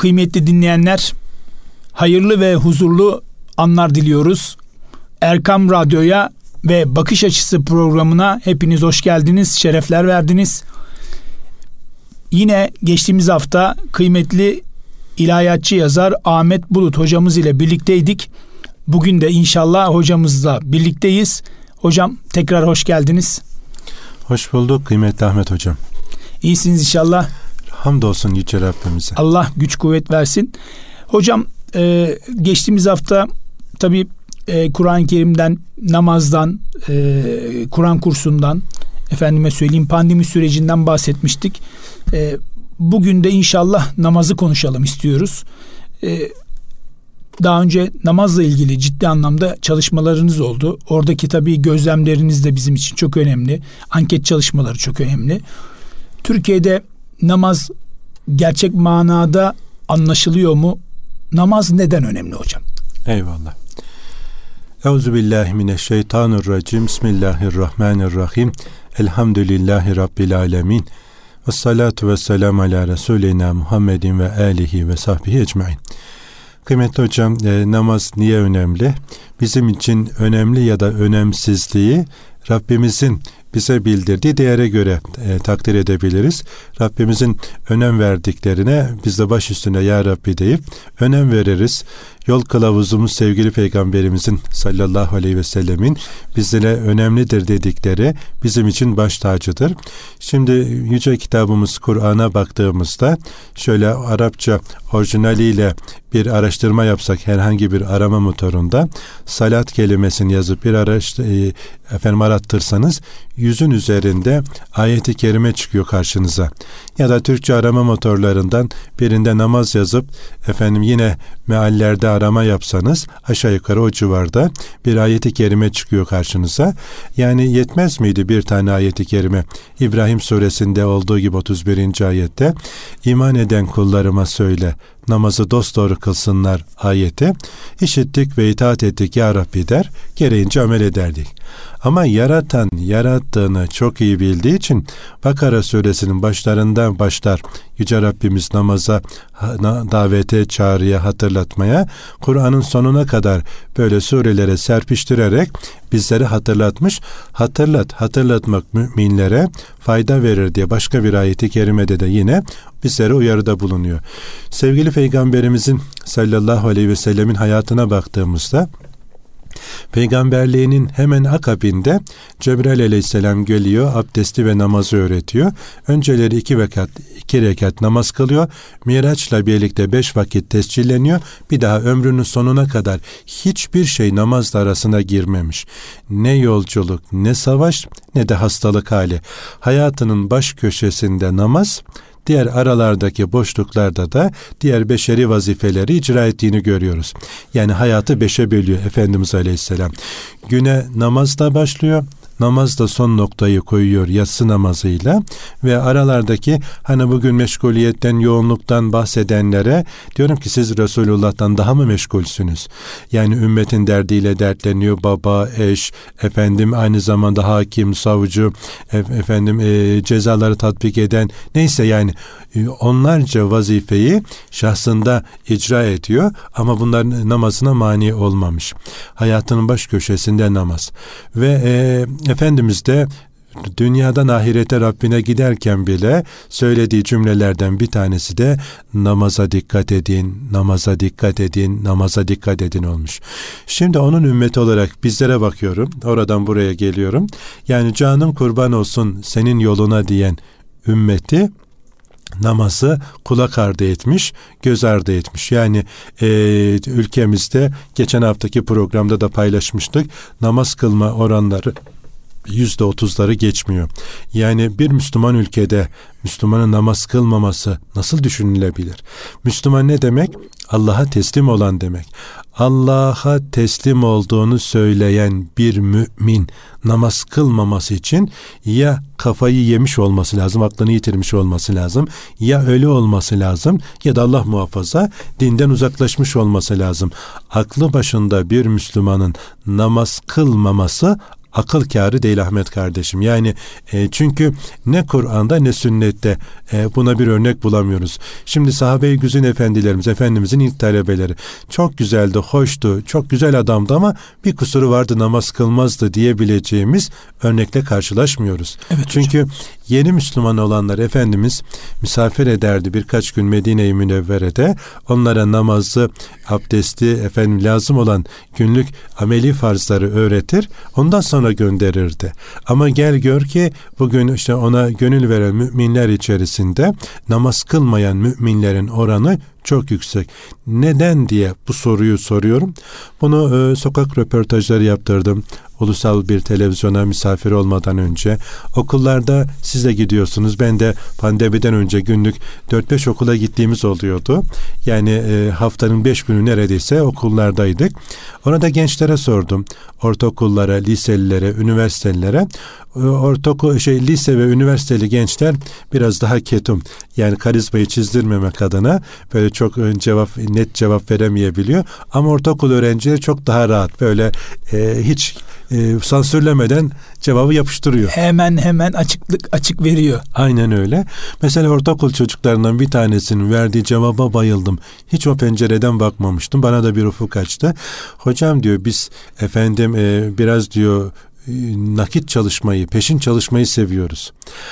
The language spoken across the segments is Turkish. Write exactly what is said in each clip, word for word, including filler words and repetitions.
kıymetli dinleyenler, hayırlı ve huzurlu anlar diliyoruz. Erkam Radyo'ya ve Bakış Açısı programına hepiniz hoş geldiniz, şerefler verdiniz. Yine geçtiğimiz hafta kıymetli ilahiyatçı yazar Ahmet Bulut hocamız ile birlikteydik. Bugün de inşallah hocamızla birlikteyiz. Hocam tekrar hoş geldiniz. Hoş bulduk kıymetli Ahmet hocam. İyisiniz inşallah. Hamdolsun Yüce Rabbimize. Allah güç kuvvet versin. Hocam e, geçtiğimiz hafta tabii e, Kur'an-ı Kerim'den, namazdan, e, Kur'an kursundan, efendime söyleyeyim pandemi sürecinden bahsetmiştik. E, bugün de inşallah namazı konuşalım istiyoruz. E, daha önce namazla ilgili ciddi anlamda çalışmalarınız oldu. Oradaki tabii gözlemleriniz de bizim için çok önemli. Anket çalışmaları çok önemli. Türkiye'de namaz gerçek manada anlaşılıyor mu? Namaz neden önemli hocam? Eyvallah. Euzubillahimineşşeytanirracim. Bismillahirrahmanirrahim. Elhamdülillahi Rabbil alemin. Ve salatu ve selamu ala Resulina Muhammedin ve alihi ve sahbihi ecmain. Kıymetli hocam, e, namaz niye önemli? Bizim için önemli ya da önemsizliği Rabbimizin bize bildirdiği değere göre e, takdir edebiliriz. Rabbimizin önem verdiklerine biz de baş üstüne ya Rabbi deyip önem veririz. Yol kılavuzumuz sevgili Peygamberimizin sallallahu aleyhi ve sellemin bizlere önemlidir dedikleri bizim için baş tacıdır. Şimdi yüce kitabımız Kur'an'a baktığımızda şöyle Arapça orijinaliyle bir araştırma yapsak herhangi bir arama motorunda salat kelimesini yazıp bir araç e, efendim arattırsanız yüzün üzerinde ayeti kerime çıkıyor karşınıza. Ya da Türkçe arama motorlarından birinde namaz yazıp efendim yine meallerde arama yapsanız aşağı yukarı o civarda bir ayeti kerime çıkıyor karşınıza. Yani yetmez miydi bir tane ayeti kerime? İbrahim suresinde olduğu gibi otuz birinci ayette iman eden kullarıma söyle namazı dosdoğru kılsınlar ayeti. İşittik ve itaat ettik ya Rabbi der, gereğince amel ederdik. Ama yaratan yarattığını çok iyi bildiği için Bakara suresinin başlarından başlar Yüce Rabbimiz namaza, davete, çağrıya, hatırlatmaya Kur'an'ın sonuna kadar böyle surelere serpiştirerek bizleri hatırlatmış. Hatırlat, hatırlatmak müminlere fayda verir diye başka bir ayeti kerimede de yine bizlere uyarıda bulunuyor. Sevgili Peygamberimizin sallallahu aleyhi ve sellemin hayatına baktığımızda peygamberliğinin hemen akabinde Cebrail aleyhisselam geliyor, abdesti ve namazı öğretiyor. Önceleri iki rekat, iki rekat namaz kılıyor. Miraç'la birlikte beş vakit tescilleniyor. Bir daha ömrünün sonuna kadar hiçbir şey namazla arasına girmemiş. Ne yolculuk, ne savaş, ne de hastalık hali. Hayatının baş köşesinde namaz, diğer aralardaki boşluklarda da diğer beşeri vazifeleri icra ettiğini görüyoruz. Yani hayatı beşe bölüyor Efendimiz Aleyhisselam. Güne namazla başlıyor. Namaz da son noktayı koyuyor yatsı namazıyla ve aralardaki hani bugün meşguliyetten, yoğunluktan bahsedenlere diyorum ki siz Resulullah'tan daha mı meşgulsünüz? Yani ümmetin derdiyle dertleniyor, baba, eş, efendim aynı zamanda hakim, savcı, efendim e, cezaları tatbik eden neyse yani e, onlarca vazifeyi şahsında icra ediyor ama bunların namazına mani olmamış. Hayatının baş köşesinde namaz ve e, Efendimiz de dünyadan ahirete Rabbine giderken bile söylediği cümlelerden bir tanesi de namaza dikkat edin, namaza dikkat edin, namaza dikkat edin olmuş. Şimdi onun ümmeti olarak bizlere bakıyorum, oradan buraya geliyorum. Yani canın kurban olsun senin yoluna diyen ümmeti namazı kulak ardı etmiş, göz ardı etmiş. Yani e, ülkemizde geçen haftaki programda da paylaşmıştık. Namaz kılma oranları yüzde otuzları geçmiyor. Yani bir Müslüman ülkede Müslümanın namaz kılmaması nasıl düşünülebilir? Müslüman ne demek? Allah'a teslim olan demek. Allah'a teslim olduğunu söyleyen bir mümin namaz kılmaması için ya kafayı yemiş olması lazım, aklını yitirmiş olması lazım, ya ölü olması lazım ya da Allah muhafaza dinden uzaklaşmış olması lazım. Aklı başında bir Müslümanın namaz kılmaması akıl kârı değil Ahmet kardeşim. Yani e, çünkü ne Kur'an'da ne sünnette e, buna bir örnek bulamıyoruz. Şimdi sahabe-i güzin efendilerimiz, Efendimizin ilk talebeleri çok güzeldi, hoştu, çok güzel adamdı ama bir kusuru vardı, namaz kılmazdı diyebileceğimiz örnekle karşılaşmıyoruz. Evet, çünkü hocam. Yeni Müslüman olanlar Efendimiz misafir ederdi birkaç gün Medine-i Münevvere'de. Onlara namazı, abdesti, efendim lazım olan günlük ameli farzları öğretir. Ondan sonra gönderirdi. Ama gel gör ki bugün işte ona gönül veren müminler içerisinde namaz kılmayan müminlerin oranı çok yüksek. Neden diye bu soruyu soruyorum. Bunu e, sokak röportajları yaptırdım. Ulusal bir televizyona misafir olmadan önce. Okullarda siz de gidiyorsunuz. Ben de pandemiden önce günlük dört beş okula gittiğimiz oluyordu. Yani e, haftanın beş günü neredeyse okullardaydık. Orada gençlere sordum. Ortaokullara, liselilere, üniversitelilere. Ortaokul, şey, lise ve üniversiteli gençler biraz daha ketum. Yani karizmayı çizdirmemek adına böyle çok cevap, net cevap veremeyebiliyor. Ama ortaokul öğrencileri çok daha rahat. Böyle e, hiç e, sansürlemeden cevabı yapıştırıyor. Hemen hemen açıklık açık veriyor. Aynen öyle. Mesela ortaokul çocuklarından bir tanesinin verdiği cevaba bayıldım. Hiç o pencereden bakmamıştım. Bana da bir ufuk açtı. Hocam diyor biz efendim e, biraz diyor nakit çalışmayı, peşin çalışmayı seviyoruz.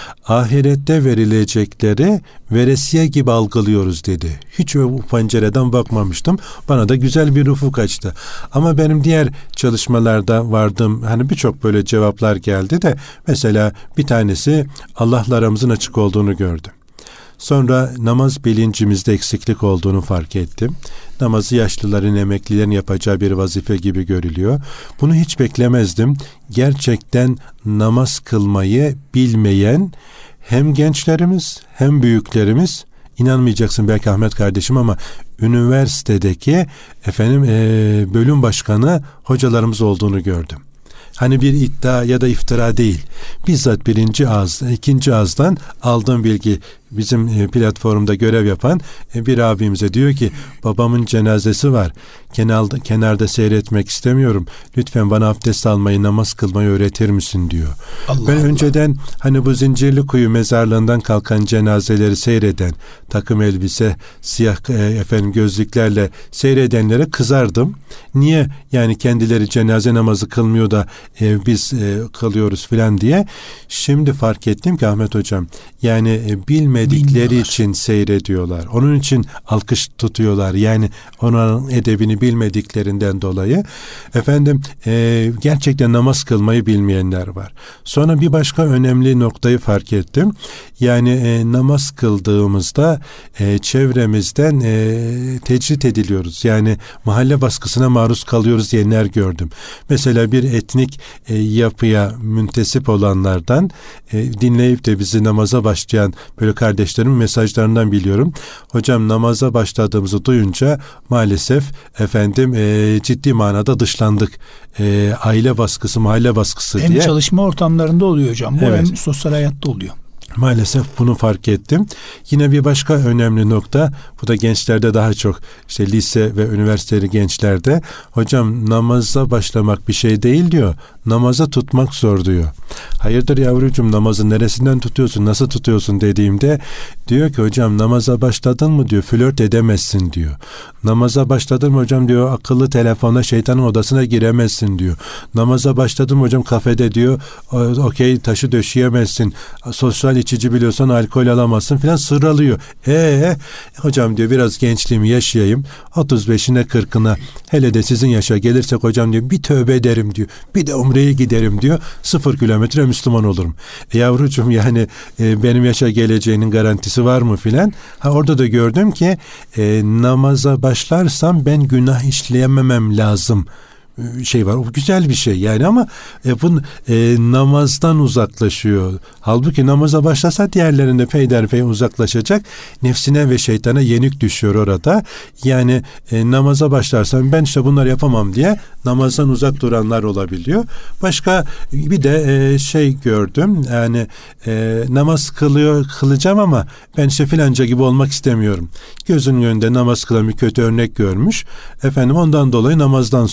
Ahirette verilecekleri veresiye gibi algılıyoruz dedi. Hiç o pencereden bakmamıştım. Bana da güzel bir ufuk açtı. Ama benim diğer çalışmalarda vardığım hani birçok böyle cevaplar geldi de mesela bir tanesi Allah'la aramızın açık olduğunu gördüm. Sonra namaz bilincimizde eksiklik olduğunu fark ettim. Namazı yaşlıların, emeklilerin yapacağı bir vazife gibi görülüyor. Bunu hiç beklemezdim. Gerçekten namaz kılmayı bilmeyen hem gençlerimiz hem büyüklerimiz, inanmayacaksın belki Ahmet kardeşim ama üniversitedeki efendim e, bölüm başkanı hocalarımız olduğunu gördüm. Hani bir iddia ya da iftira değil. Bizzat birinci ağız, ikinci ağızdan aldığım bilgi. Bizim platformda görev yapan bir abimize diyor ki babamın cenazesi var. Kenarda, kenarda seyretmek istemiyorum. Lütfen bana abdest almayı, namaz kılmayı öğretir misin diyor. Allah ben Allah. Önceden hani bu Zincirlikuyu mezarlığından kalkan cenazeleri seyreden, takım elbise, siyah efendim gözlüklerle seyredenlere kızardım. Niye yani kendileri cenaze namazı kılmıyor da e, biz e, kılıyoruz filan diye. Şimdi fark ettim ki Ahmet hocam yani e, bilmediğim Bildikleri için seyrediyorlar. Onun için alkış tutuyorlar. Yani onun edebini bilmediklerinden dolayı efendim e, gerçekten namaz kılmayı bilmeyenler var. Sonra bir başka önemli noktayı fark ettim. Yani e, namaz kıldığımızda e, çevremizden e, tecrit ediliyoruz. Yani mahalle baskısına maruz kalıyoruz diyenler gördüm. Mesela bir etnik e, yapıya müntesip olanlardan e, dinleyip de bizi namaza başlayan böyle kardeşlerimin mesajlarından biliyorum. Hocam namaza başladığımızı duyunca maalesef efendim e, ciddi manada dışlandık. E, aile baskısı, mahalle baskısı hem diye. Hem çalışma ortamlarında oluyor hocam. Bu evet. Hem sosyal hayatta oluyor. Maalesef bunu fark ettim. Yine bir başka önemli nokta, bu da gençlerde daha çok, işte lise ve üniversiteli gençlerde, hocam namaza başlamak bir şey değil diyor, namaza tutmak zor diyor. Hayırdır yavrucuğum, namazı neresinden tutuyorsun, nasıl tutuyorsun dediğimde diyor ki hocam namaza başladın mı diyor, flört edemezsin diyor. Namaza başladın mı hocam diyor, akıllı telefonla şeytanın odasına giremezsin diyor. Namaza başladın mı hocam kafede diyor, okey taşı döşeyemezsin, sosyal içici biliyorsan alkol alamazsın filan, sıralıyor. Eee hocam diyor biraz gençliğimi yaşayayım, otuz beşine kırkına hele de sizin yaşa gelirsek hocam diyor bir tövbe ederim diyor, bir de umreye giderim diyor, sıfır kilometre Müslüman olurum. E yavrucuğum yani e, benim yaşa geleceğinin garantisi var mı filan. Ha, orada da gördüm ki e, namaza başlarsam ben günah işleyememem lazım şey var. O güzel bir şey yani ama e, bu e, namazdan uzaklaşıyor. Halbuki namaza başlasa diğerlerinde peyderpey uzaklaşacak. Nefsine ve şeytana yenik düşüyor orada. Yani e, namaza başlarsam ben işte bunları yapamam diye namazdan uzak duranlar olabiliyor. Başka bir de e, şey gördüm. Yani e, namaz kılıyor, kılacağım ama ben işte filanca gibi olmak istemiyorum. Gözünün önünde namaz kılan bir kötü örnek görmüş. Efendim ondan dolayı namazdan soğuyor.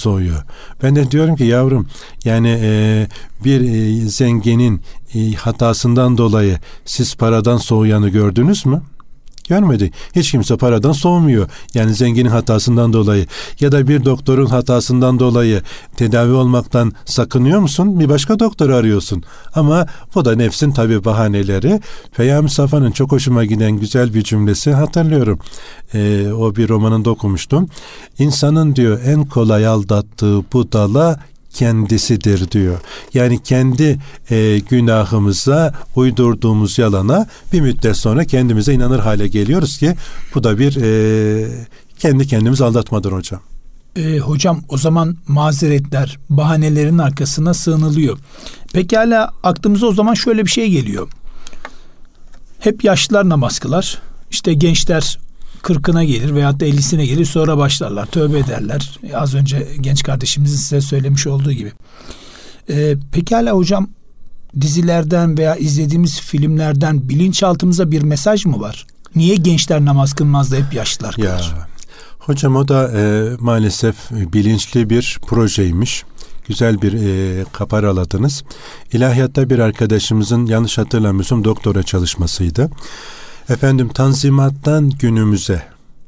Ben de diyorum ki yavrum yani e, bir e, zenginin e, hatasından dolayı siz paradan soğuyanı gördünüz mü? Görmedi. Hiç kimse paradan soğumuyor. Yani zenginin hatasından dolayı ya da bir doktorun hatasından dolayı tedavi olmaktan sakınıyor musun? Bir başka doktoru arıyorsun. Ama bu da nefsin tabii bahaneleri. Peyami Safa'nın çok hoşuma giden güzel bir cümlesi hatırlıyorum. Ee, o bir romanında okumuştum. İnsanın diyor en kolay aldattığı budala kendisidir diyor. Yani kendi e, günahımıza uydurduğumuz yalana bir müddet sonra kendimize inanır hale geliyoruz ki bu da bir e, kendi kendimizi aldatmadır hocam. E, hocam o zaman mazeretler, bahanelerin arkasına sığınılıyor. Pekala aklımıza o zaman şöyle bir şey geliyor. Hep yaşlılar namaz kılar. İşte gençler kırkına gelir veyahut da ellisine gelir, sonra başlarlar, tövbe ederler. E, az önce genç kardeşimizin size söylemiş olduğu gibi. E, pekala hocam, dizilerden veya izlediğimiz filmlerden bilinçaltımıza bir mesaj mı var? Niye gençler namaz kılmaz da hep yaşlılar kılar? Ya, hocam o da e, maalesef bilinçli bir projeymiş. Güzel bir e, kaparaladınız. İlahiyatta bir arkadaşımızın, yanlış hatırlamıyorsam, doktora çalışmasıydı. Efendim Tanzimat'tan günümüze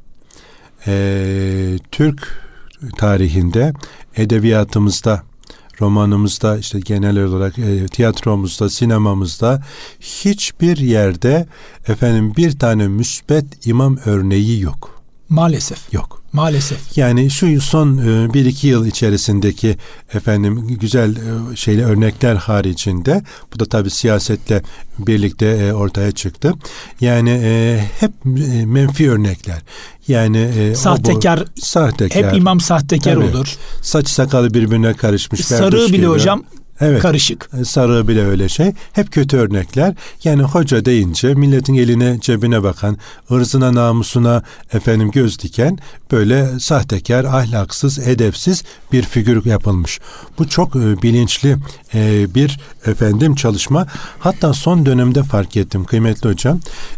e, Türk tarihinde, edebiyatımızda, romanımızda, işte genel olarak e, tiyatromuzda, sinemamızda hiçbir yerde efendim bir tane müsbet imam örneği yok. Maalesef. Yok. Maalesef. Yani şu son e, bir iki yıl içerisindeki efendim güzel e, şeyli örnekler haricinde, bu da tabii siyasetle birlikte e, ortaya çıktı. Yani e, hep e, menfi örnekler. Yani e, sahtekar, o, bu, sahtekar. Hep imam sahtekar evet. olur. Saç sakalı birbirine karışmış. Sarığı bile gibi. Hocam evet. Karışık. Sarığı bile öyle şey. Hep kötü örnekler. Yani hoca deyince milletin eline cebine bakan, ırzına namusuna efendim göz diken, böyle sahtekar, ahlaksız, edepsiz bir figür yapılmış. Bu çok e, bilinçli e, bir efendim çalışma. Hatta son dönemde fark ettim kıymetli hocam.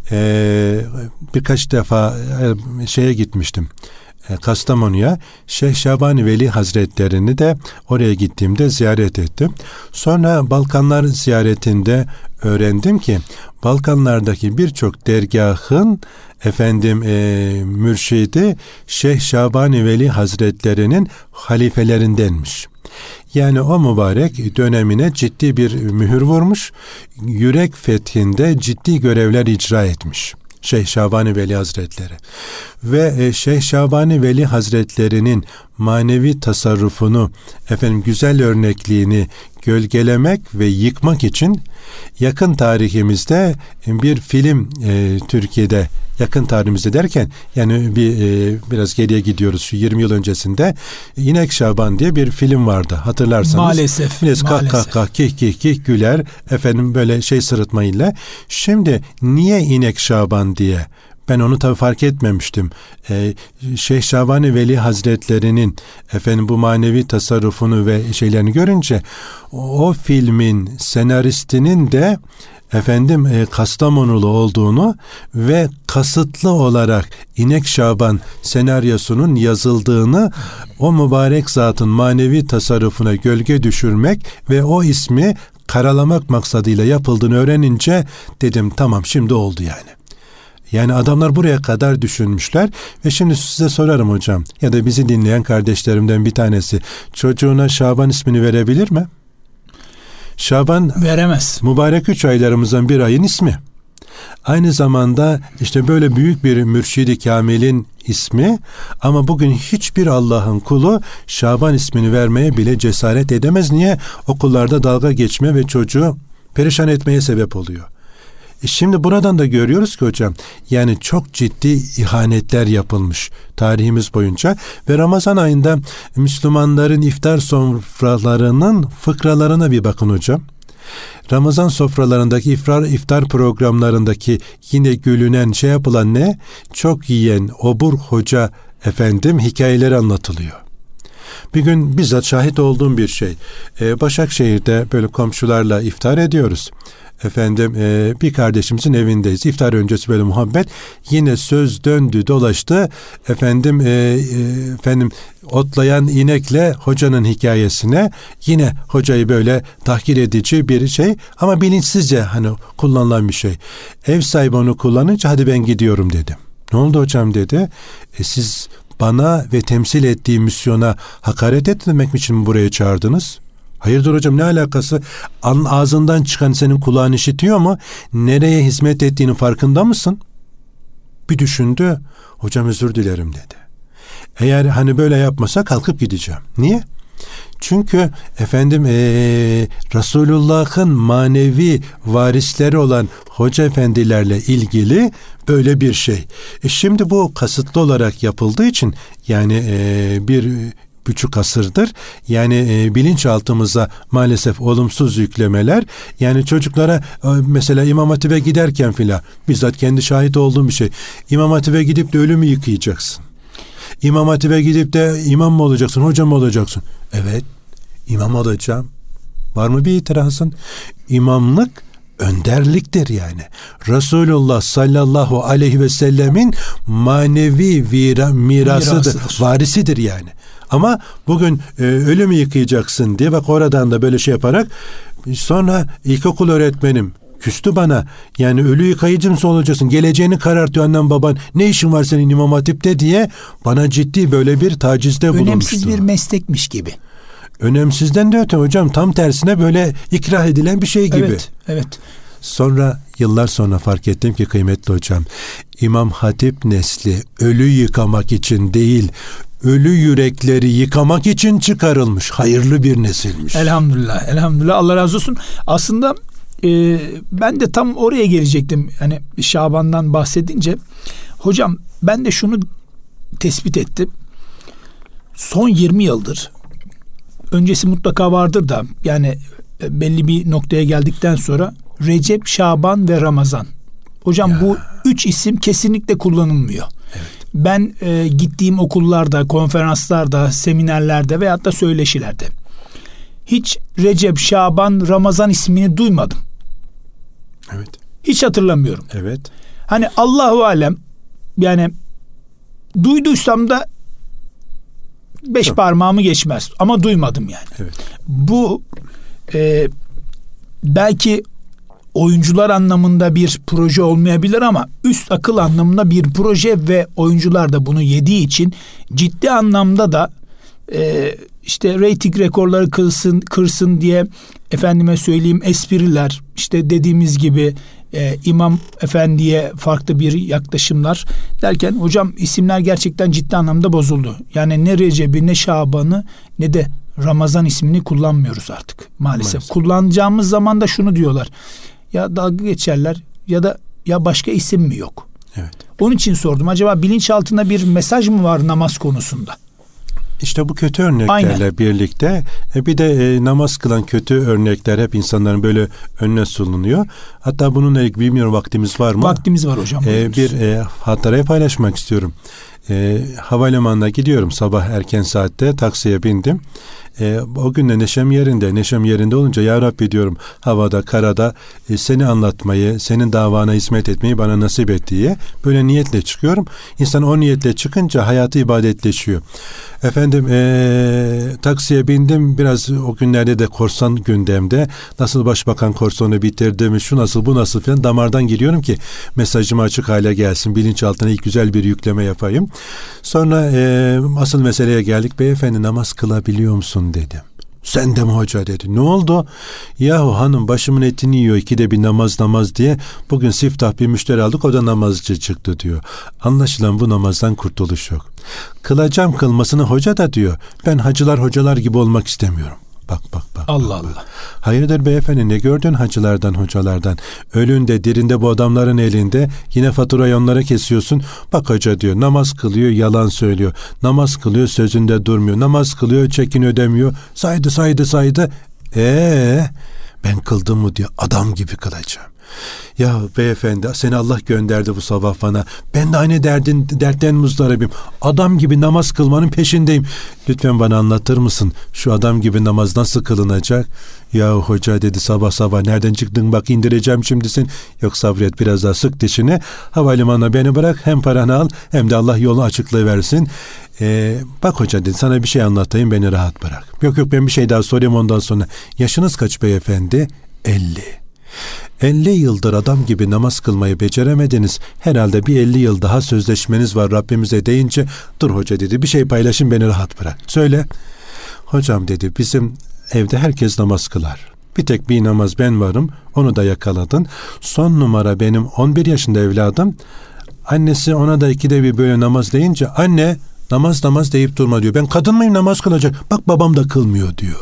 E, birkaç defa e, şeye gitmiştim. Kastamonu'ya, Şeyh Şabani Veli Hazretlerini de oraya gittiğimde ziyaret ettim. Sonra Balkanlar ziyaretinde öğrendim ki Balkanlardaki birçok dergahın efendim e, mürşidi Şeyh Şabani Veli Hazretlerinin halifelerindenmiş. Yani o mübarek dönemine ciddi bir mühür vurmuş, yürek fethinde ciddi görevler icra etmiş Şeyh Şabani Veli Hazretleri. Ve Şeyh Şabani Veli Hazretlerinin manevi tasarrufunu, efendim güzel örnekliğini gölgelemek ve yıkmak için yakın tarihimizde bir film e, Türkiye'de, yakın tarihimizde derken yani bir e, biraz geriye gidiyoruz, şu yirmi yıl öncesinde İnek Şaban diye bir film vardı, hatırlarsanız. Maalesef. Biraz kah kah kah kih kih kih güler efendim böyle şey sırıtmayla. Şimdi niye İnek Şaban diye? Ben onu tabii fark etmemiştim. Ee, Şeyh Şabani Veli Hazretlerinin efendim bu manevi tasarrufunu ve şeylerini görünce o, o filmin senaristinin de efendim e, Kastamonulu olduğunu ve kasıtlı olarak İnek Şaban senaryosunun yazıldığını, o mübarek zatın manevi tasarrufuna gölge düşürmek ve o ismi karalamak maksadıyla yapıldığını öğrenince dedim tamam, şimdi oldu yani. Yani adamlar buraya kadar düşünmüşler ve şimdi size sorarım hocam, ya da bizi dinleyen kardeşlerimden bir tanesi çocuğuna Şaban ismini verebilir mi? Şaban veremez. Mübarek üç aylarımızdan bir ayın ismi. Aynı zamanda işte böyle büyük bir mürşidi kamilin ismi, ama bugün hiçbir Allah'ın kulu Şaban ismini vermeye bile cesaret edemez. Niye? Okullarda dalga geçme ve çocuğu perişan etmeye sebep oluyor. E şimdi buradan da görüyoruz ki hocam, yani çok ciddi ihanetler yapılmış tarihimiz boyunca ve Ramazan ayında Müslümanların iftar sofralarının fıkralarına bir bakın hocam. Ramazan sofralarındaki iftar, iftar programlarındaki yine gülünen şey yapılan ne? Çok yiyen obur hoca efendim hikayeleri anlatılıyor. Bir gün bizzat şahit olduğum bir şey. Ee, Başakşehir'de böyle komşularla iftar ediyoruz. Efendim e, bir kardeşimizin evindeyiz. İftar öncesi böyle muhabbet. Yine söz döndü dolaştı. Efendim e, e, efendim otlayan inekle hocanın hikayesine, yine hocayı böyle tahkir edici bir şey ama bilinçsizce hani kullanılan bir şey. Ev sahibi onu kullanınca hadi ben gidiyorum dedim. Ne oldu hocam dedi. E, siz bana ve temsil ettiği misyona hakaret etmemek için mi buraya çağırdınız? Hayırdır hocam, ne alakası? An, ağzından çıkan senin kulağın işitiyor mu? Nereye hizmet ettiğinin farkında mısın? Bir düşündü. Hocam özür dilerim dedi. Eğer hani böyle yapmasa kalkıp gideceğim. Niye? Çünkü efendim ee, Resulullah'ın manevi varisleri olan hoca efendilerle ilgili böyle bir şey. E şimdi bu kasıtlı olarak yapıldığı için yani ee, bir buçuk asırdır yani e, bilinçaltımıza maalesef olumsuz yüklemeler, yani çocuklara e, mesela İmam Hatip'e giderken filan bizzat kendi şahit olduğum bir şey. İmam Hatip'e gidip de ölümü yıkayacaksın. İmam Hatip'e gidip de imam mı olacaksın, hoca mı olacaksın? Evet, imam olacağım. Var mı bir itirazın? İmamlık önderliktir yani. Resulullah sallallahu aleyhi ve sellemin manevi vira, mirasıdır, mirasıdır, varisidir yani. Ama bugün e, ölümü yıkayacaksın diye bak oradan da böyle şey yaparak sonra ilkokul öğretmenim küstü bana. Yani ölü yıkayıcı mısın olacaksın? Geleceğini karartıyor annem baban. Ne işin var senin İmam Hatip'te diye bana ciddi böyle bir tacizde bulunmuştu. Önemsiz bir meslekmiş gibi. Önemsizden de öte hocam, tam tersine böyle ikrah edilen bir şey gibi. Evet, evet. Sonra yıllar sonra fark ettim ki kıymetli hocam, İmam Hatip nesli ölü yıkamak için değil, ölü yürekleri yıkamak için çıkarılmış hayırlı bir nesilmiş. Elhamdülillah, elhamdülillah, Allah razı olsun. Aslında e, ben de tam oraya gelecektim. Hani Şaban'dan bahsedince hocam ben de şunu tespit ettim. Son yirmi yıldır, öncesi mutlaka vardır da yani belli bir noktaya geldikten sonra Recep, Şaban ve Ramazan. Hocam ya, bu üç isim kesinlikle kullanılmıyor. Evet. Ben e, gittiğim okullarda, konferanslarda, seminerlerde veyahut da söyleşilerde hiç Recep, Şaban, Ramazan ismini duymadım. Evet. Hiç hatırlamıyorum. Evet. Hani Allahu alem, yani duyduysam da beş Çok. parmağımı geçmez ama duymadım yani. Evet. Bu e, belki oyuncular anlamında bir proje olmayabilir ama üst akıl anlamında bir proje ve oyuncular da bunu yediği için ciddi anlamda da e, işte reyting rekorları kırsın, kırsın diye efendime söyleyeyim espriler, işte dediğimiz gibi e, İmam Efendi'ye farklı bir yaklaşımlar derken hocam isimler gerçekten ciddi anlamda bozuldu. Yani ne Recep'i ne Şaban'ı ne de Ramazan ismini kullanmıyoruz artık maalesef. maalesef. Kullanacağımız zaman da şunu diyorlar. Ya dalga geçerler ya da ya başka isim mi yok? Evet. Onun için sordum. Acaba bilinçaltında bir mesaj mı var namaz konusunda? İşte bu kötü örneklerle Aynen. birlikte e, bir de e, namaz kılan kötü örnekler hep insanların böyle önüne sunuluyor. Hatta bununla ilgili bilmiyorum vaktimiz var mı? Vaktimiz var hocam. E, bir e, hatırayı paylaşmak istiyorum. E, havalimanına gidiyorum sabah erken saatte, taksiye bindim. E, o gün de neşem yerinde. Neşem yerinde olunca ya Rabbi diyorum, havada, karada e, seni anlatmayı, senin davana hizmet etmeyi bana nasip et diye böyle niyetle çıkıyorum. İnsan o niyetle çıkınca hayatı ibadetleşiyor. Efendim e, taksiye bindim. Biraz o günlerde de korsan gündemde. Nasıl başbakan korsonu bitirdi mi, şu nasıl bu nasıl falan damardan giriyorum ki mesajımı açık hale gelsin. Bilinçaltına ilk güzel bir yükleme yapayım. Sonra e, asıl meseleye geldik. Beyefendi namaz kılabiliyor musun dedim. Sen de mi hoca dedi. Ne oldu? Yahu hanım başımın etini yiyor ikide bir namaz namaz diye. Bugün siftah bir müşteri aldık, o da namazcı çıktı diyor. Anlaşılan bu namazdan kurtuluş yok. Kılacağım kılmasını hoca da diyor. Ben hacılar hocalar gibi olmak istemiyorum. Bak bak bak. Allah bak, Allah. Bak. Hayırdır beyefendi, ne gördün hacılardan hocalardan? Ölünde dirinde bu adamların elinde, yine faturayı onlara kesiyorsun. Bak hoca diyor, namaz kılıyor yalan söylüyor. Namaz kılıyor sözünde durmuyor. Namaz kılıyor çekin ödemiyor. Saydı saydı saydı. Eee ben kıldım mı diyor, adam gibi kılacağım. Ya beyefendi, seni Allah gönderdi bu sabah bana. Ben de aynı derdin, dertten muzdaribim. Adam gibi namaz kılmanın peşindeyim. Lütfen bana anlatır mısın? Şu adam gibi namaz nasıl kılınacak? Ya hoca dedi, sabah sabah nereden çıktın, bak indireceğim şimdi seni. Yok sabret, biraz daha sık dişini. Havalimanına beni bırak, hem paranı al hem de Allah yolunu açıklayıversin. Ee, bak hoca dedi, sana bir şey anlatayım, beni rahat bırak. Yok yok, ben bir şey daha sorayım ondan sonra. Yaşınız kaç beyefendi? elli. elli yıldır adam gibi namaz kılmayı beceremediniz. Herhalde bir elli yıl daha sözleşmeniz var Rabbimize deyince, dur hoca dedi, bir şey paylaşın, beni rahat bırak. Söyle. Hocam dedi, bizim evde herkes namaz kılar. Bir tek bir namaz ben varım, onu da yakaladın. Son numara benim on bir yaşında evladım. Annesi ona da ikide bir böyle namaz deyince, anne namaz namaz deyip durma diyor. Ben kadın mıyım namaz kılacak? Bak babam da kılmıyor diyor.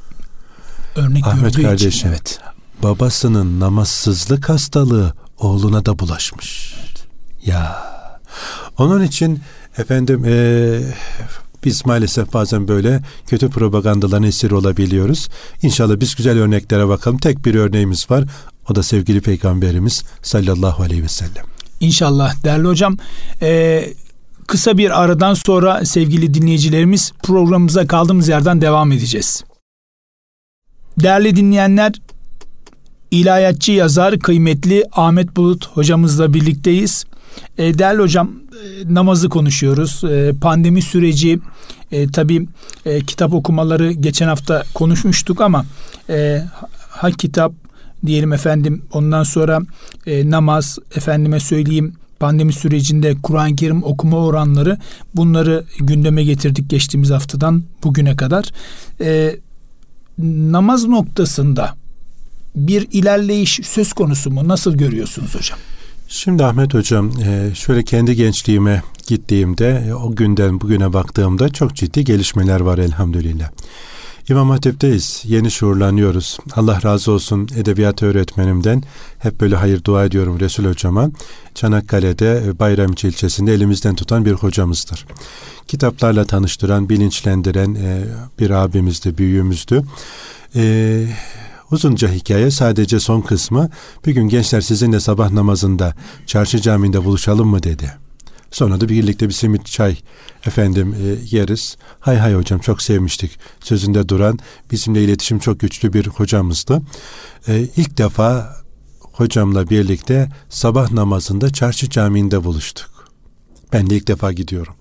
Örnek Ahmet kardeşim, için, evet. Babasının namazsızlık hastalığı oğluna da bulaşmış. Evet. Ya onun için efendim ee, biz maalesef bazen böyle kötü propagandaların esiri olabiliyoruz. İnşallah biz güzel örneklere bakalım. Tek bir örneğimiz var. O da sevgili Peygamberimiz sallallahu aleyhi ve sellem. İnşallah değerli hocam. Ee, kısa bir aradan sonra sevgili dinleyicilerimiz programımıza kaldığımız yerden devam edeceğiz. Değerli dinleyenler, ilahiyatçı yazar kıymetli Ahmet Bulut hocamızla birlikteyiz. E, değerli hocam, e, namazı konuşuyoruz. E, pandemi süreci, e, tabii e, kitap okumaları geçen hafta konuşmuştuk ama e, ha kitap diyelim efendim, ondan sonra e, namaz, efendime söyleyeyim pandemi sürecinde Kur'an-ı Kerim okuma oranları, bunları gündeme getirdik geçtiğimiz haftadan bugüne kadar. E, namaz noktasında bir ilerleyiş söz konusu mu? Nasıl görüyorsunuz hocam? Şimdi Ahmet hocam, şöyle kendi gençliğime gittiğimde, o günden bugüne baktığımda çok ciddi gelişmeler var elhamdülillah. İmam Hatip'teyiz, yeni şuurlanıyoruz. Allah razı olsun edebiyat öğretmenimden, hep böyle hayır dua ediyorum Resul hocama. Çanakkale'de Bayramiçi ilçesinde elimizden tutan bir hocamızdır. Kitaplarla tanıştıran, bilinçlendiren bir abimizdi, büyüğümüzdü. Eee Uzunca hikaye, sadece son kısmı, bir gün gençler sizinle sabah namazında çarşı camiinde buluşalım mı dedi. Sonra da birlikte bir simit çay efendim e, yeriz. Hay hay hocam, çok sevmiştik. Sözünde duran, bizimle iletişim çok güçlü bir hocamızdı. E, ilk defa hocamla birlikte sabah namazında çarşı camiinde buluştuk. Ben de ilk defa gidiyorum.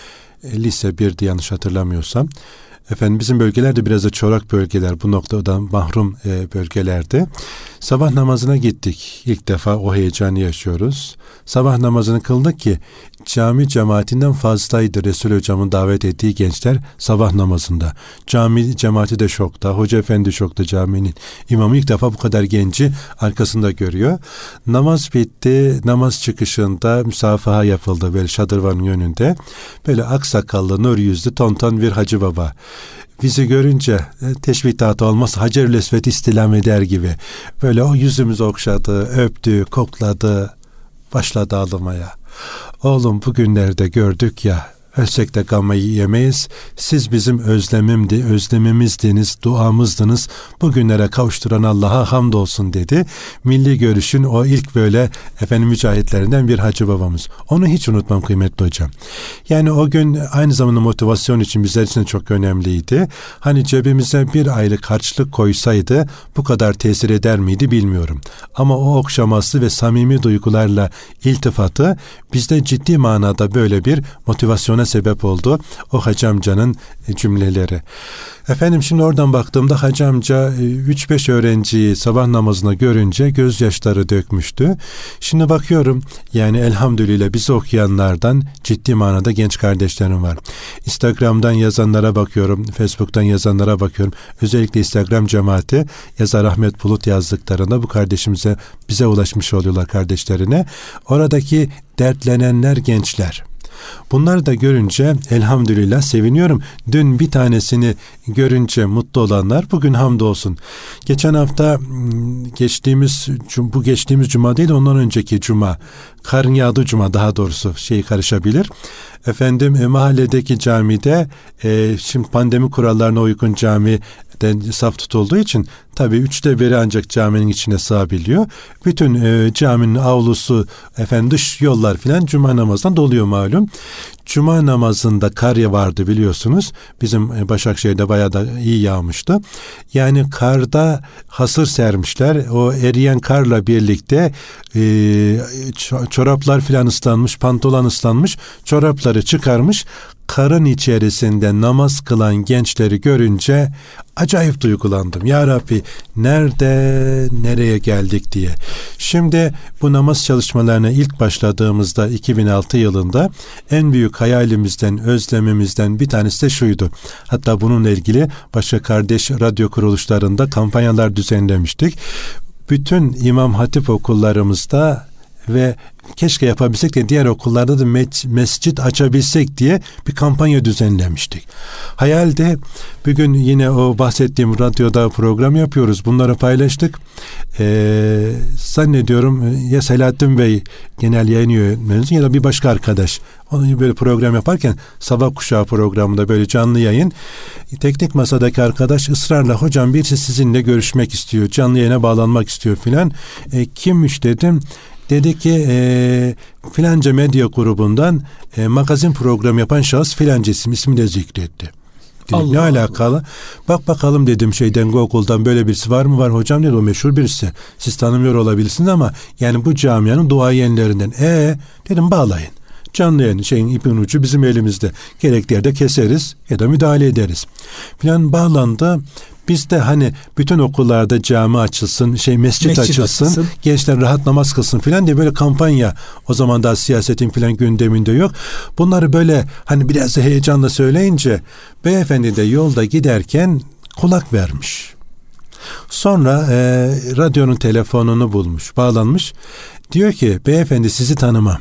E, lise birdi yanlış hatırlamıyorsam. Efendim bizim bölgelerde biraz da çorak bölgeler, bu noktadan mahrum e, bölgelerde. Sabah namazına gittik. İlk defa o heyecanı yaşıyoruz. Sabah namazını kıldık ki cami cemaatinden fazlaydı Resul hocamın davet ettiği gençler sabah namazında. Cami cemaati de şokta, hoca efendi şokta caminin. İmamı ilk defa bu kadar genci arkasında görüyor. Namaz bitti. Namaz çıkışında müsafaha yapıldı böyle şadırvanın önünde. Böyle aksakallı, nur yüzlü, tonton bir hacı baba. Bizi görünce teşbihat olmaz, Hacer-ül Esved istilam eder gibi. Böyle o yüzümüzü okşadı, öptü, kokladı, başladı ağlamaya. Oğlum bugünlerde gördük ya, ölsek de gammayı yemeyiz. Siz bizim özlemimdi, özlemimizdiniz, duamızdınız. Bugünlere kavuşturan Allah'a hamdolsun dedi. Milli Görüş'ün o ilk böyle efendim mücahitlerinden bir hacı babamız. Onu hiç unutmam kıymetli hocam. Yani o gün aynı zamanda motivasyon için bizler için çok önemliydi. Hani cebimize bir aylık harçlık koysaydı bu kadar tesir eder miydi bilmiyorum. Ama o okşaması ve samimi duygularla iltifatı bizde ciddi manada böyle bir motivasyona sebep oldu. O hacı amcanın cümleleri. Efendim şimdi oradan baktığımda hacı amca üç beş öğrenciyi sabah namazına görünce gözyaşları dökmüştü. Şimdi bakıyorum yani elhamdülillah bizi okuyanlardan ciddi manada genç kardeşlerim var. Instagram'dan yazanlara bakıyorum, Facebook'tan yazanlara bakıyorum. Özellikle Instagram cemaati yazar Ahmet Bulut yazdıklarında bu kardeşimize, bize ulaşmış oluyorlar kardeşlerine. Oradaki dertlenenler gençler. Bunları da görünce elhamdülillah seviniyorum. Dün bir tanesini görünce mutlu olanlar bugün hamdolsun. Geçen hafta geçtiğimiz bu geçtiğimiz cuma değil, ondan önceki cuma, karın yağdığı cuma daha doğrusu, şey karışabilir. Efendim e, mahalledeki camide e, şimdi pandemi kurallarına uygun cami saf tutulduğu için tabii üçte biri ancak caminin içine sığabiliyor. Bütün e, caminin avlusu, efendim dış yollar filan cuma namazından doluyor malum. Cuma namazında kar vardı biliyorsunuz. Bizim Başakşehir'de bayağı da iyi yağmıştı. Yani karda hasır sermişler. O eriyen karla birlikte e, çoraplar filan ıslanmış, pantolon ıslanmış. Çorapları çıkarmış. Karın içerisinde namaz kılan gençleri görünce acayip duygulandım. Ya Rabbi nerede, nereye geldik diye. Şimdi bu namaz çalışmalarına ilk başladığımızda iki bin altı yılında en büyük hayalimizden, özlemimizden bir tanesi de şuydu. Hatta bununla ilgili başka kardeş radyo kuruluşlarında kampanyalar düzenlemiştik. Bütün İmam Hatip okullarımızda ve keşke yapabilsek de diğer okullarda da mes- mescit açabilsek diye bir kampanya düzenlemiştik. Hayalde bugün yine o bahsettiğim radyoda program yapıyoruz. Bunları paylaştık. Ee, zannediyorum ya Selahattin Bey genel yayın yönetmenimiz ya da bir başka arkadaş. Onu böyle program yaparken Sabah Kuşağı programında böyle canlı yayın, teknik masadaki arkadaş ısrarla hocam birisi sizinle görüşmek istiyor. Canlı yayına bağlanmak istiyor filan. E, kimmiş dedim. Dedi ki e, filanca medya grubundan e, magazin programı yapan şahıs filanca isim, ismi de zikretti. Dedim, ne alakalı? Bak bakalım dedim şeyden Google'dan böyle birisi var mı? Var hocam dedi, o meşhur birisi. Siz tanımıyor olabilirsiniz ama yani bu camianın duayenlerinden. E dedim bağlayın. Canlı yayın şeyin ipin ucu bizim elimizde. Gerekli yerde keseriz ya da müdahale ederiz. Filan bağlandı. Biz de hani bütün okullarda cami açılsın, şey mescit, mescit açılsın, açılsın, gençler rahat namaz kılsın filan diye böyle kampanya, o zaman daha siyasetin filan gündeminde yok. Bunları böyle hani biraz da heyecanla söyleyince beyefendi de yolda giderken kulak vermiş. Sonra e, radyonun telefonunu bulmuş, bağlanmış. Diyor ki beyefendi sizi tanımam.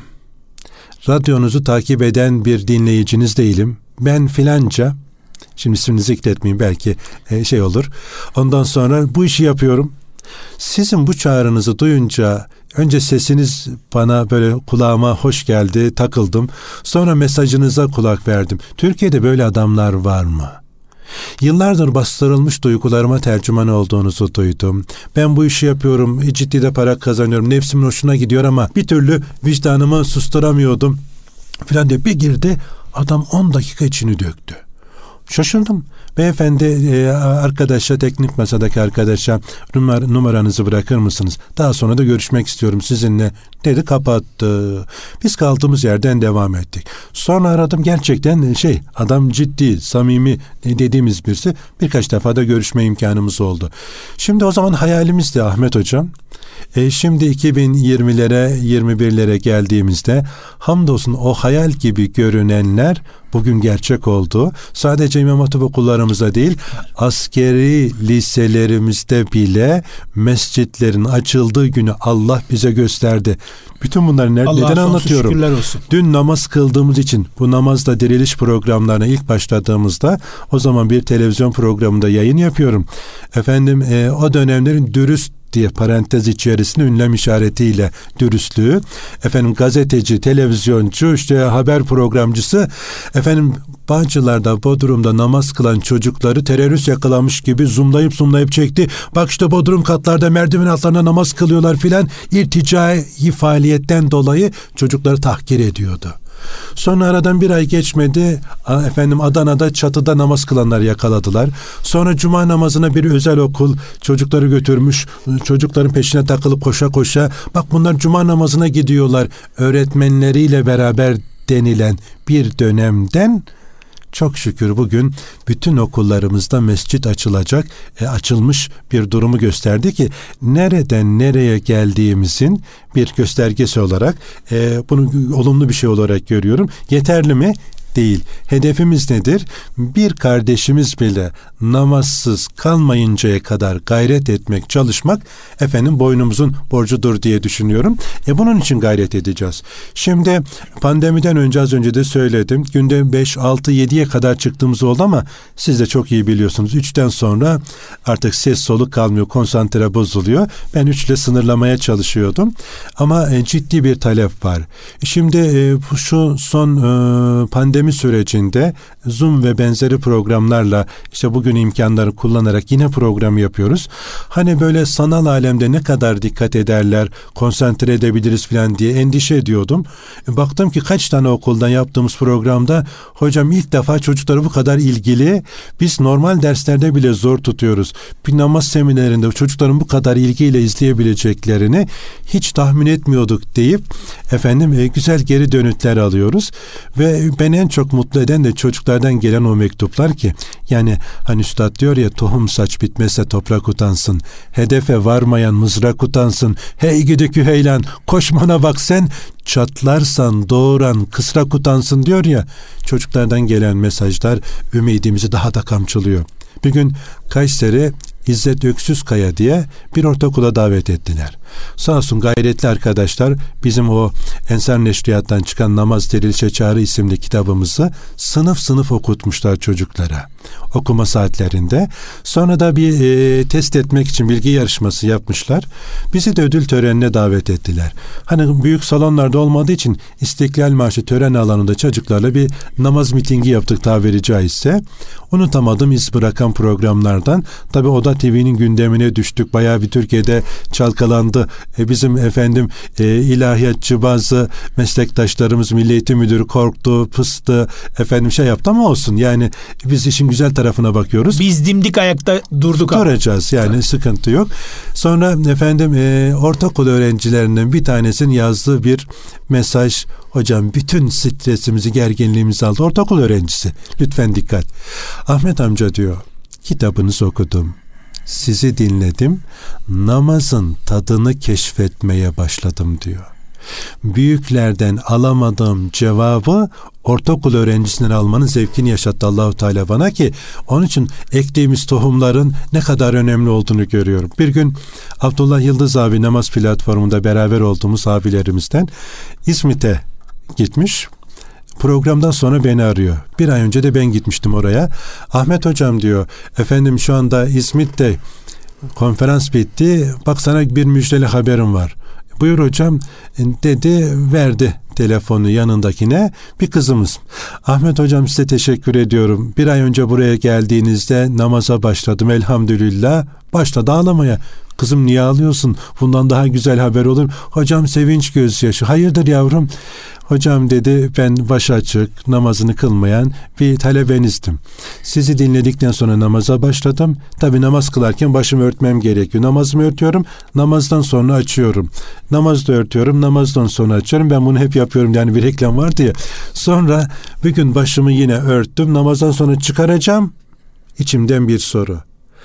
Radyonuzu takip eden bir dinleyiciniz değilim. Ben filanca. Şimdi ismini zikretmeyeyim belki e, şey olur. Ondan sonra bu işi yapıyorum. Sizin bu çağrınızı duyunca önce sesiniz bana böyle kulağıma hoş geldi, takıldım. Sonra mesajınıza kulak verdim. Türkiye'de böyle adamlar var mı? Yıllardır bastırılmış duygularıma tercüman olduğunuzu duydum. Ben bu işi yapıyorum, ciddi de para kazanıyorum, nefsimin hoşuna gidiyor ama bir türlü vicdanımı susturamıyordum filan diye bir girdi. Adam on dakika içini döktü. Şaşırdım. Beyefendi e, arkadaşa, teknik masadaki arkadaşa numar, numaranızı bırakır mısınız? Daha sonra da görüşmek istiyorum sizinle dedi, kapattı. Biz kaldığımız yerden devam ettik. Sonra aradım, gerçekten şey adam ciddi, samimi dediğimiz birisi. Birkaç defa da görüşme imkanımız oldu. Şimdi o zaman hayalimizdi Ahmet Hocam. E şimdi iki bin yirmilere, yirmi birlere geldiğimizde hamdolsun o hayal gibi görünenler bugün gerçek oldu. Sadece İmam Hatip okullarımızda değil, askeri liselerimizde bile mescitlerin açıldığı günü Allah bize gösterdi. Bütün bunları neden Allah'a anlatıyorum? Şükürler olsun. Dün namaz kıldığımız için bu namazda diriliş programlarına ilk başladığımızda o zaman bir televizyon programında yayın yapıyorum. Efendim e, o dönemlerin dürüst diye parantez içerisinde ünlem işaretiyle dürüstlüğü, efendim gazeteci, televizyoncu, işte haber programcısı, efendim Bağcılar'da, Bodrum'da namaz kılan çocukları terörist yakalamış gibi zoomlayıp zoomlayıp çekti. Bak işte Bodrum katlarda merdiven altlarına namaz kılıyorlar filan, irticai faaliyetten dolayı çocukları tahkir ediyordu. Sonra aradan bir ay geçmedi. Efendim Adana'da çatıda namaz kılanlar yakaladılar. Sonra cuma namazına bir özel okul çocukları götürmüş. Çocukların peşine takılıp koşa koşa bak bunlar cuma namazına gidiyorlar öğretmenleriyle beraber denilen bir dönemden çok şükür bugün bütün okullarımızda mescit açılacak, e, açılmış bir durumu gösterdi ki nereden nereye geldiğimizin bir göstergesi olarak e, bunu olumlu bir şey olarak görüyorum. Yeterli mi? Değil. Hedefimiz nedir? Bir kardeşimiz bile namazsız kalmayıncaya kadar gayret etmek, çalışmak efendim boynumuzun borcudur diye düşünüyorum. E bunun için gayret edeceğiz. Şimdi pandemiden önce az önce de söyledim. Günde beş, altı, yediye kadar çıktığımız oldu ama siz de çok iyi biliyorsunuz. üçten sonra artık ses soluk kalmıyor, konsantre bozuluyor. Ben üçle sınırlamaya çalışıyordum. Ama e, ciddi bir talep var. Şimdi e, şu son e, pandemi pandemi sürecinde Zoom ve benzeri programlarla işte bugün imkanları kullanarak yine program yapıyoruz. Hani böyle sanal alemde ne kadar dikkat ederler, konsantre edebiliriz falan diye endişe ediyordum. Baktım ki kaç tane okuldan yaptığımız programda hocam ilk defa çocukları bu kadar ilgili, biz normal derslerde bile zor tutuyoruz. Bir namaz seminerinde çocukların bu kadar ilgiyle izleyebileceklerini hiç tahmin etmiyorduk deyip efendim e, güzel geri dönütler alıyoruz ve beni en çok mutlu eden de çocuklardan gelen o mektuplar ki yani hani üstad diyor ya, tohum saç bitmezse toprak utansın, hedefe varmayan mızrak utansın, hey gidi küheylan koşmana bak sen, çatlarsan doğuran kısrak utansın diyor ya. Çocuklardan gelen mesajlar ümidimizi daha da kamçılıyor. Bir gün Kayseri İzzet Öksüzkaya diye bir ortaokula davet ettiler. Sağ olsun gayretli arkadaşlar bizim o Ensar Neşriyat'tan çıkan Namaz Dirilişe Çağrı isimli kitabımızı sınıf sınıf okutmuşlar çocuklara. Okuma saatlerinde. Sonra da bir e, test etmek için bilgi yarışması yapmışlar. Bizi de ödül törenine davet ettiler. Hani büyük salonlarda olmadığı için İstiklal Marşı tören alanında çocuklarla bir namaz mitingi yaptık tabiri caizse. Unutamadım iz bırakan programlardan. Tabii Oda T V'nin gündemine düştük. Bayağı bir Türkiye'de çalkalandı. E, bizim efendim e, ilahiyatçı bazı meslektaşlarımız, Milli Eğitim Müdürü korktu, pıstı, efendim şey yaptı ama olsun. Yani biz işin güzel tarafına bakıyoruz. Biz dimdik ayakta durduk. Duracağız yani evet. Sıkıntı yok. Sonra efendim e, ortaokul öğrencilerinden bir tanesinin yazdığı bir mesaj. Hocam bütün stresimizi, gerginliğimizi aldı. Ortaokul öğrencisi. Lütfen dikkat. Ahmet amca diyor, kitabınızı okudum. Sizi dinledim. Namazın tadını keşfetmeye başladım diyor. Büyüklerden alamadığım cevabı ortaokul öğrencisinden almanın zevkini yaşattı Allah-u Teala bana ki onun için ektiğimiz tohumların ne kadar önemli olduğunu görüyorum. Bir gün Abdullah Yıldız abi namaz platformunda beraber olduğumuz abilerimizden İzmit'e gitmiş. Programdan sonra beni arıyor. Bir ay önce de ben gitmiştim oraya. Ahmet hocam diyor, efendim şu anda İzmit'te konferans bitti. Bak sana bir müjdeli haberim var. Buyur hocam dedi, verdi telefonu yanındakine, bir kızımız. Ahmet hocam size teşekkür ediyorum. Bir ay önce buraya geldiğinizde namaza başladım elhamdülillah. Başladı ağlamaya. Kızım niye ağlıyorsun? Bundan daha güzel haber olur. Hocam sevinç gözyaşı. Hayırdır yavrum? Hocam dedi, ben baş açık, namazını kılmayan bir talebenizdim. Sizi dinledikten sonra namaza başladım. Tabii namaz kılarken başımı örtmem gerekiyor. Namazımı örtüyorum, namazdan sonra açıyorum. Namazda örtüyorum, namazdan sonra açıyorum. Ben bunu hep yapıyorum, yani bir reklam vardı ya. Sonra bir gün başımı yine örttüm. Namazdan sonra çıkaracağım. İçimden bir soru.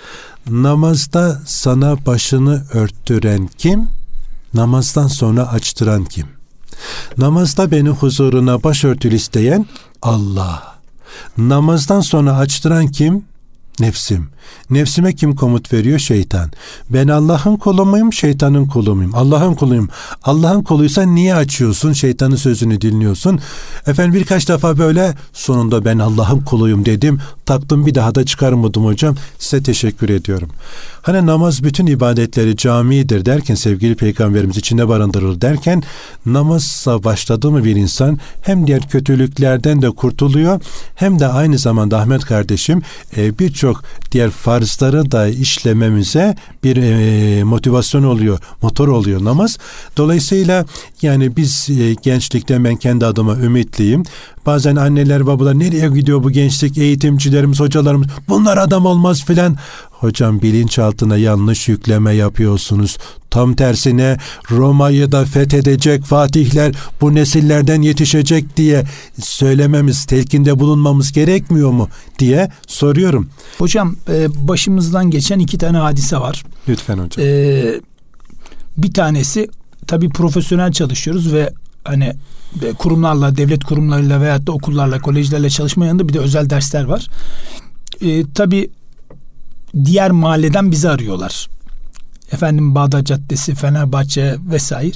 Namazda sana başını örttüren kim? Namazdan sonra açtıran kim? Namazda beni huzuruna başörtülü isteyen Allah. Namazdan sonra açtıran kim? Nefsim. Nefsime kim komut veriyor? Şeytan. Ben Allah'ın kulu muyum? Şeytanın kulu muyum? Allah'ın kuluyum. Allah'ın kuluysan niye açıyorsun? Şeytanın sözünü dinliyorsun. Efendim birkaç defa böyle sonunda ben Allah'ın kuluyum dedim. Taktım, bir daha da çıkarmadım hocam. Size teşekkür ediyorum. Hani namaz bütün ibadetleri camidir derken, sevgili Peygamberimiz içinde barındırır derken, namaza başladı mı bir insan hem diğer kötülüklerden de kurtuluyor hem de aynı zamanda Ahmet kardeşim e, birçok diğer farzları da işlememize bir e, motivasyon oluyor, motor oluyor namaz. Dolayısıyla yani biz e, gençlikten ben kendi adıma ümitliyim. Bazen anneler babalar nereye gidiyor bu gençlik, eğitimcilerimiz, hocalarımız, bunlar adam olmaz filan. Hocam bilinçaltına yanlış yükleme yapıyorsunuz. Tam tersine Roma'yı da fethedecek fatihler bu nesillerden yetişecek diye söylememiz, telkinde bulunmamız gerekmiyor mu diye soruyorum. Hocam başımızdan geçen iki tane hadise var. Lütfen hocam. Ee, bir tanesi tabii profesyonel çalışıyoruz ve hani kurumlarla, devlet kurumlarıyla veyahut da okullarla, kolejlerle çalışma yanında bir de özel dersler var. Ee, tabii diğer mahalleden bizi arıyorlar. Efendim Bağdat Caddesi, Fenerbahçe vesaire.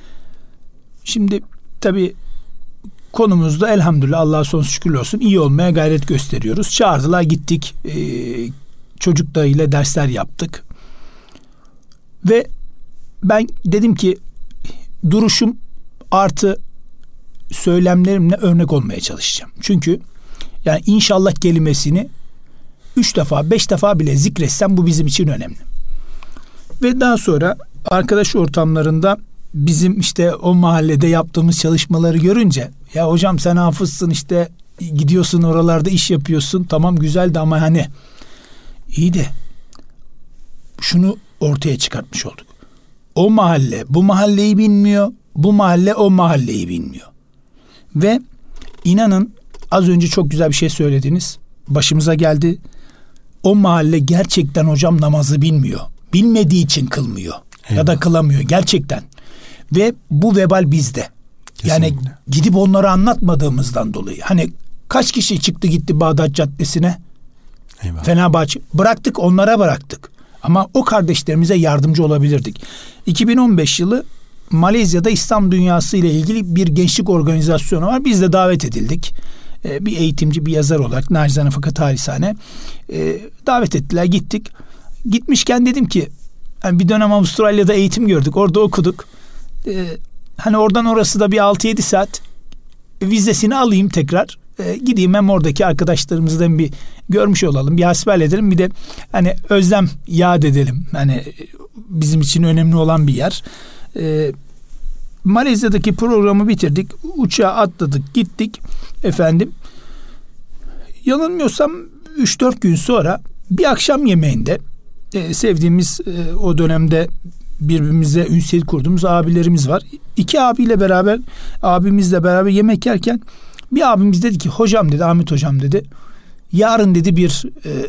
Şimdi tabii konumuzda elhamdülillah Allah'a sonsuz şükürler olsun iyi olmaya gayret gösteriyoruz. Çağırdılar, gittik. Ee, çocuklarıyla dersler yaptık. Ve ben dedim ki duruşum artı söylemlerimle örnek olmaya çalışacağım. Çünkü yani inşallah kelimesini üç defa, beş defa bile zikretsem bu bizim için önemli. Ve daha sonra arkadaş ortamlarında bizim işte o mahallede yaptığımız çalışmaları görünce, ya hocam sen hafızsın, işte gidiyorsun oralarda iş yapıyorsun, tamam güzel de ama hani iyi de şunu ortaya çıkartmış olduk. O mahalle bu mahalleyi bilmiyor, bu mahalle o mahalleyi bilmiyor. Ve inanın az önce çok güzel bir şey söylediniz. Başımıza geldi. O mahalle gerçekten hocam namazı bilmiyor. Bilmediği için kılmıyor. Eyvallah. Ya da kılamıyor gerçekten. Ve bu vebal bizde. Kesinlikle. Yani gidip onlara anlatmadığımızdan dolayı. Hani kaç kişi çıktı gitti Bağdat Caddesi'ne? Eyvallah. Fenerbahçe. Bıraktık, onlara bıraktık. Ama o kardeşlerimize yardımcı olabilirdik. iki bin on beş yılı Malezya'da İslam dünyası ile ilgili bir gençlik organizasyonu var. Biz de davet edildik. Ee, bir eğitimci, bir yazar olarak nacizane fakat halisane ee, davet ettiler, gittik. Gitmişken dedim ki yani bir dönem Avustralya'da eğitim gördük. Orada okuduk. Ee, hani oradan orası da bir altı yedi saat. Vizesini alayım tekrar. Ee, gideyim hem oradaki arkadaşlarımızdan bir görmüş olalım. Bir hasbihal edelim. Bir de hani özlem yad edelim. Hani bizim için önemli olan bir yer. Ee, Malezya'daki programı bitirdik. Uçağa atladık, gittik. Efendim yanılmıyorsam üç dört gün sonra bir akşam yemeğinde e, sevdiğimiz e, o dönemde birbirimize ünsiyet kurduğumuz abilerimiz var. İki abiyle beraber, abimizle beraber yemek yerken bir abimiz dedi ki hocam dedi, Ahmet hocam dedi, yarın dedi bir e,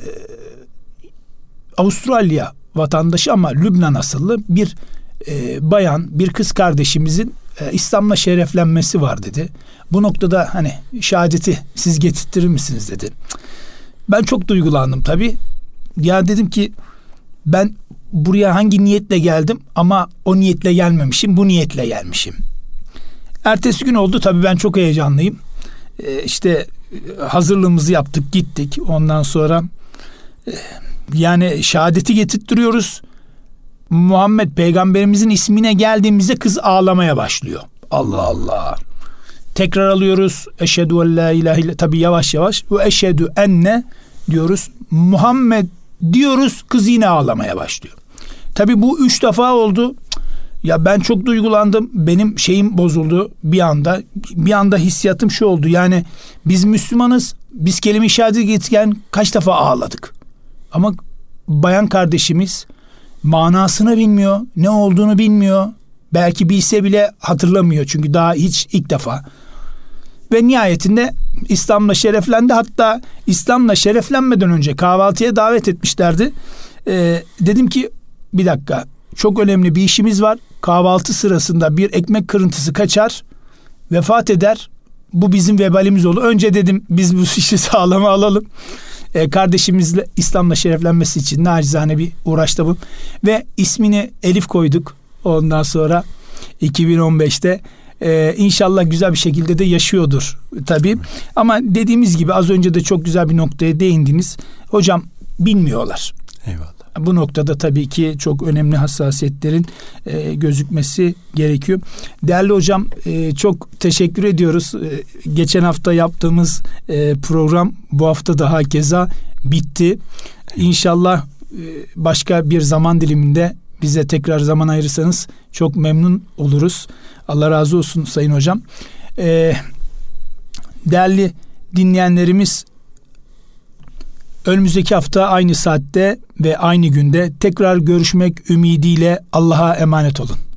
Avustralya vatandaşı ama Lübnan asıllı bir e, bayan, bir kız kardeşimizin e, İslam'la şereflenmesi var dedi. Bu noktada hani şehadeti siz getirtirir misiniz dedi. Ben çok duygulandım tabii. Ya dedim ki ben buraya hangi niyetle geldim ama o niyetle gelmemişim, bu niyetle gelmişim. Ertesi gün oldu tabii, ben çok heyecanlıyım. Ee, işte hazırlığımızı yaptık, gittik. Ondan sonra e, yani şehadeti getirttiriyoruz. Muhammed peygamberimizin ismine geldiğimizde kız ağlamaya başlıyor. Allah Allah. Tekrar alıyoruz. Eşhedü en la ilahe illallah. Tabii yavaş yavaş. Ve eşhedü enne diyoruz. Muhammed diyoruz. Kız yine ağlamaya başlıyor. Tabii bu üç defa oldu. Ya ben çok duygulandım. Benim şeyim bozuldu bir anda. Bir anda hissiyatım şu oldu. Yani biz Müslümanız. Biz kelime-i şehadeti getirirken kaç defa ağladık. Ama bayan kardeşimiz manasını bilmiyor. Ne olduğunu bilmiyor. Belki bilse bile hatırlamıyor. Çünkü daha hiç ilk defa. Ve nihayetinde İslam'la şereflendi. Hatta İslam'la şereflenmeden önce kahvaltıya davet etmişlerdi. Ee, dedim ki bir dakika, çok önemli bir işimiz var. Kahvaltı sırasında bir ekmek kırıntısı kaçar, vefat eder. Bu bizim vebalimiz olur. Önce dedim biz bu işi sağlama alalım. Ee, kardeşimizle İslam'la şereflenmesi için nacizane bir uğraşta bu. Ve ismini Elif koyduk. Ondan sonra iki bin on beşte Ee, inşallah güzel bir şekilde de yaşıyordur tabii. Ama dediğimiz gibi az önce de çok güzel bir noktaya değindiniz. Hocam bilmiyorlar. Eyvallah. Bu noktada tabii ki çok önemli hassasiyetlerin e, gözükmesi gerekiyor. Değerli hocam e, çok teşekkür ediyoruz. E, geçen hafta yaptığımız e, program bu hafta daha keza bitti. İnşallah e, başka bir zaman diliminde bize tekrar zaman ayırırsanız çok memnun oluruz. Allah razı olsun Sayın Hocam. Ee, değerli dinleyenlerimiz, önümüzdeki hafta aynı saatte ve aynı günde tekrar görüşmek ümidiyle Allah'a emanet olun.